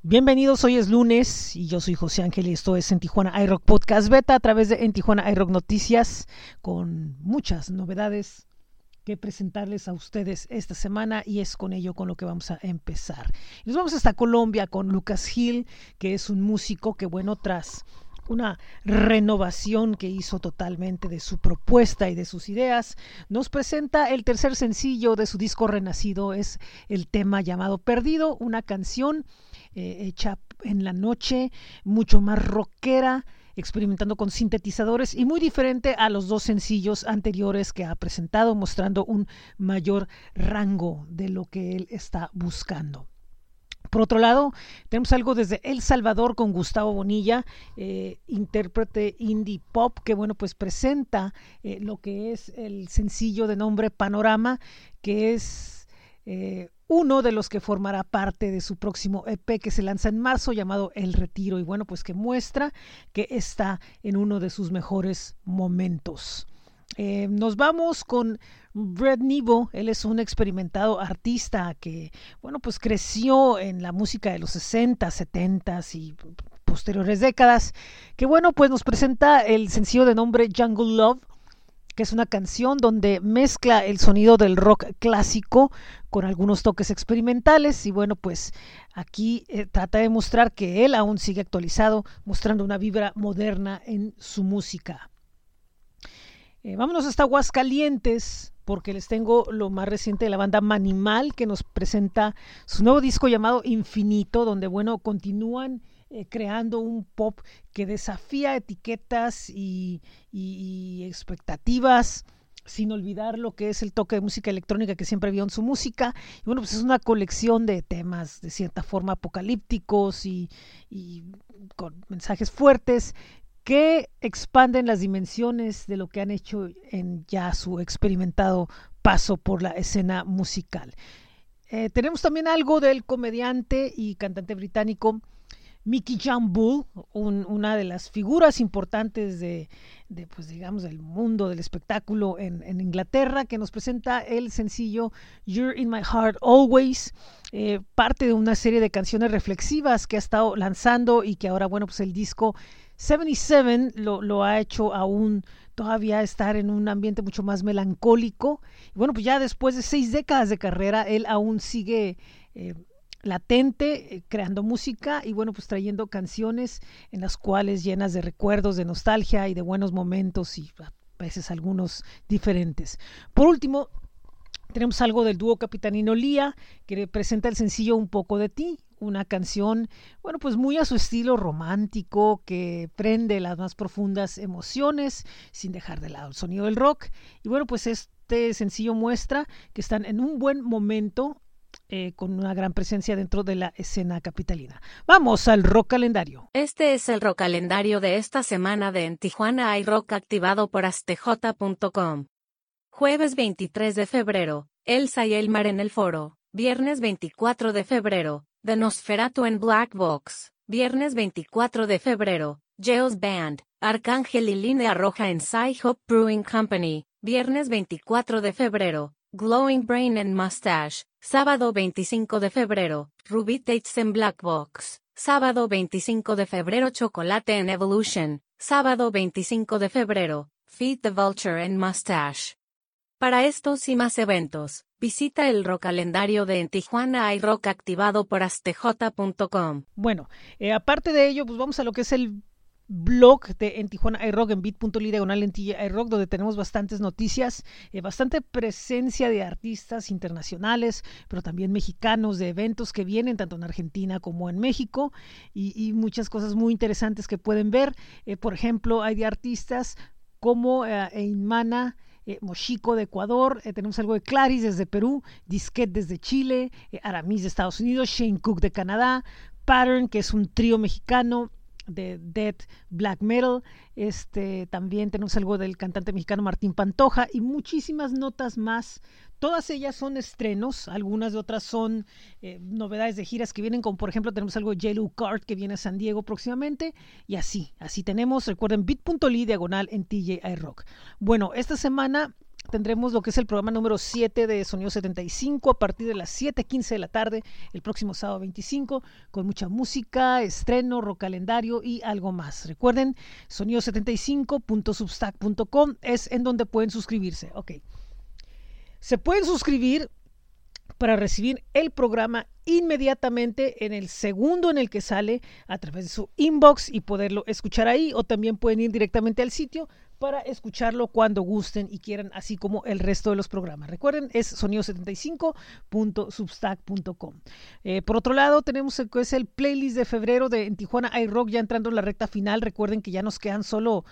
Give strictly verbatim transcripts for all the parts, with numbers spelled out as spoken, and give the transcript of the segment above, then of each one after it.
Bienvenidos, hoy es lunes y yo soy José Ángel y esto es en Tijuana iRock Podcast Beta a través de en Tijuana iRock Noticias con muchas novedades que presentarles a ustedes esta semana y es con ello con lo que vamos a empezar. Nos vamos hasta Colombia con Lucas Gil, que es un músico que bueno, tras una renovación que hizo totalmente de su propuesta y de sus ideas, nos presenta el tercer sencillo de su disco Renacido, es el tema llamado Perdido, una canción eh, hecha en la noche, mucho más rockera, experimentando con sintetizadores y muy diferente a los dos sencillos anteriores que ha presentado, mostrando un mayor rango de lo que él está buscando. Por otro lado, tenemos algo desde El Salvador con Gustavo Bonilla, eh, intérprete indie pop, que bueno, pues presenta eh, lo que es el sencillo de nombre Panorama, que es eh, uno de los que formará parte de su próximo E P que se lanza en marzo, llamado El Retiro, y bueno, pues que muestra que está en uno de sus mejores momentos. Eh, nos vamos con Brett Nebo. Él es un experimentado artista que, bueno, pues creció en la música de los sesenta, setenta y posteriores décadas, que bueno, pues nos presenta el sencillo de nombre Jungle Love, que es una canción donde mezcla el sonido del rock clásico con algunos toques experimentales y bueno, pues aquí eh, trata de mostrar que él aún sigue actualizado, mostrando una vibra moderna en su música. Eh, vámonos hasta Aguascalientes porque les tengo lo más reciente de la banda Manimal, que nos presenta su nuevo disco llamado Infinito, donde bueno, continúan eh, creando un pop que desafía etiquetas y, y, y expectativas, sin olvidar lo que es el toque de música electrónica que siempre vio en su música. Y bueno, pues es una colección de temas de cierta forma apocalípticos y, y con mensajes fuertes que expanden las dimensiones de lo que han hecho en ya su experimentado paso por la escena musical. Eh, tenemos también algo del comediante y cantante británico Mickey Jan Bull, un, una de las figuras importantes de, de pues digamos, del mundo del espectáculo en, en Inglaterra, que nos presenta el sencillo You're in My Heart Always, eh, parte de una serie de canciones reflexivas que ha estado lanzando y que ahora, bueno, pues el disco setenta y siete lo, lo ha hecho aún todavía estar en un ambiente mucho más melancólico. Y bueno, pues ya después de seis décadas de carrera, él aún sigue eh, latente, eh, creando música y bueno, pues trayendo canciones en las cuales llenas de recuerdos, de nostalgia y de buenos momentos y a veces algunos diferentes. Por último, tenemos algo del dúo Capitanino Lía, que presenta el sencillo Un Poco de Ti, una canción, bueno, pues muy a su estilo romántico, que prende las más profundas emociones sin dejar de lado el sonido del rock. Y bueno, pues este sencillo muestra que están en un buen momento, eh, con una gran presencia dentro de la escena capitalina. Vamos al rock calendario. Este es el rock calendario de esta semana de En Tijuana iRock, activado por astj punto com. Jueves veintitrés de febrero, Elsa y Elmar en el Foro. Viernes veinticuatro de febrero, The Nosferatu en Black Box. Viernes veinticuatro de febrero, Jails Band, Arcángel y Línea Roja en Sci-Hop Brewing Company. Viernes veinticuatro de febrero, Glowing Brain and Mustache. Sábado veinticinco de febrero, Ruby Tates en Black Box. Sábado veinticinco de febrero, Chocolate en Evolution. Sábado veinticinco de febrero, Feed the Vulture en Mustache. Para estos y más eventos, visita el rock calendario de En Tijuana iRock, activado por astj punto com. Bueno, eh, aparte de ello, pues vamos a lo que es el blog de En Tijuana iRock en bit.ly diagonal en T J iRock, donde tenemos bastantes noticias, eh, bastante presencia de artistas internacionales, pero también mexicanos, de eventos que vienen tanto en Argentina como en México y, y muchas cosas muy interesantes que pueden ver. Eh, por ejemplo, hay de artistas como eh, Einmana, Eh, Mochico de Ecuador, eh, tenemos algo de Claris desde Perú, Disquet desde Chile, eh, Aramis de Estados Unidos, Shane Cook de Canadá, Pattern, que es un trío mexicano de death black metal, este, también tenemos algo del cantante mexicano Martín Pantoja y muchísimas notas más. Todas ellas son estrenos, algunas de otras son eh, novedades de giras que vienen, como por ejemplo tenemos algo de J-Lo Cart que viene a San Diego próximamente, y así, así tenemos, recuerden bit.ly diagonal en T J iRock. Bueno, esta semana tendremos lo que es el programa número siete de Sonido setenta y cinco a partir de las siete quince de la tarde, el próximo sábado veinticinco, con mucha música, estreno, rock calendario y algo más. Recuerden, sonido setenta y cinco punto substack punto com es en donde pueden suscribirse. Ok. Se pueden suscribir para recibir el programa inmediatamente en el segundo en el que sale a través de su inbox y poderlo escuchar ahí, o también pueden ir directamente al sitio para escucharlo cuando gusten y quieran, así como el resto de los programas. Recuerden, es sonido setenta y cinco punto substack punto com. Eh, por otro lado, tenemos el, es el playlist de febrero de En Tijuana iRock, ya entrando en la recta final. Recuerden que ya nos quedan solo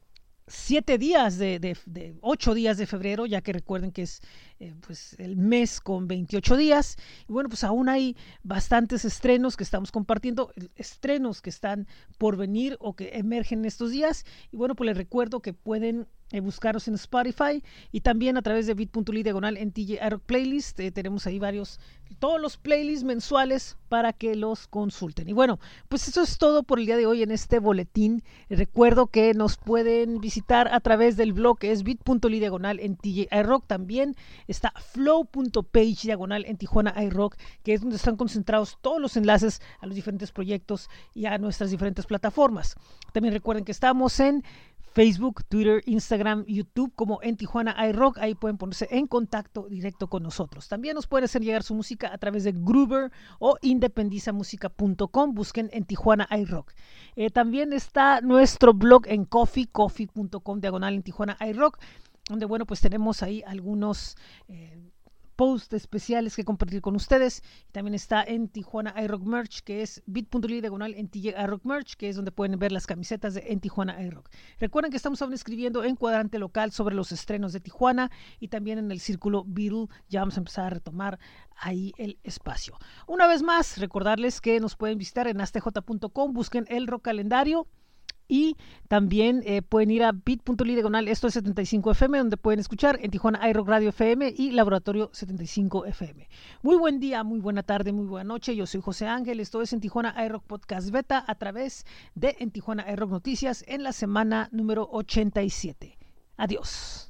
siete días de, de, de ocho días de febrero, ya que recuerden que es eh, pues el mes con veintiocho días, y bueno, pues aún hay bastantes estrenos que estamos compartiendo, estrenos que están por venir o que emergen en estos días, y bueno, pues les recuerdo que pueden eh, buscarnos en Spotify y también a través de bit.ly diagonal en T J iRock Playlist. Eh, tenemos ahí varios, todos los playlists mensuales para que los consulten. Y bueno, pues eso es todo por el día de hoy en este boletín. Eh, recuerdo que nos pueden visitar a través del blog que es bit.ly diagonal en T J iRock. También está flow.page diagonal en Tijuana iRock, que es donde están concentrados todos los enlaces a los diferentes proyectos y a nuestras diferentes plataformas. También recuerden que estamos en Facebook, Twitter, Instagram, YouTube como En Tijuana iRock. Ahí pueden ponerse en contacto directo con nosotros. También nos pueden hacer llegar su música a través de Groover o independiza música punto com. Busquen En Tijuana iRock. Eh, también está nuestro blog en Coffee, coffee punto com diagonal En Tijuana iRock, donde bueno, pues tenemos ahí algunos eh, posts especiales que compartir con ustedes. También está en Tijuana iRock Merch, que es bit.ly diagonal en T J iRock Merch, que es donde pueden ver las camisetas de En Tijuana iRock. Recuerden que estamos aún escribiendo en Cuadrante Local sobre los estrenos de Tijuana y también en el Círculo Beatle. Ya vamos a empezar a retomar ahí el espacio. Una vez más, recordarles que nos pueden visitar en astj punto com, busquen el rock calendario. Y también eh, pueden ir a bit.ly diagonal esto es setenta y cinco F M, donde pueden escuchar En Tijuana iRock Radio F M y Laboratorio setenta y cinco F M. Muy buen día, muy buena tarde, muy buena noche. Yo soy José Ángel, esto es En Tijuana iRock Podcast Beta a través de En Tijuana iRock Noticias en la semana número ochenta y siete. Adiós.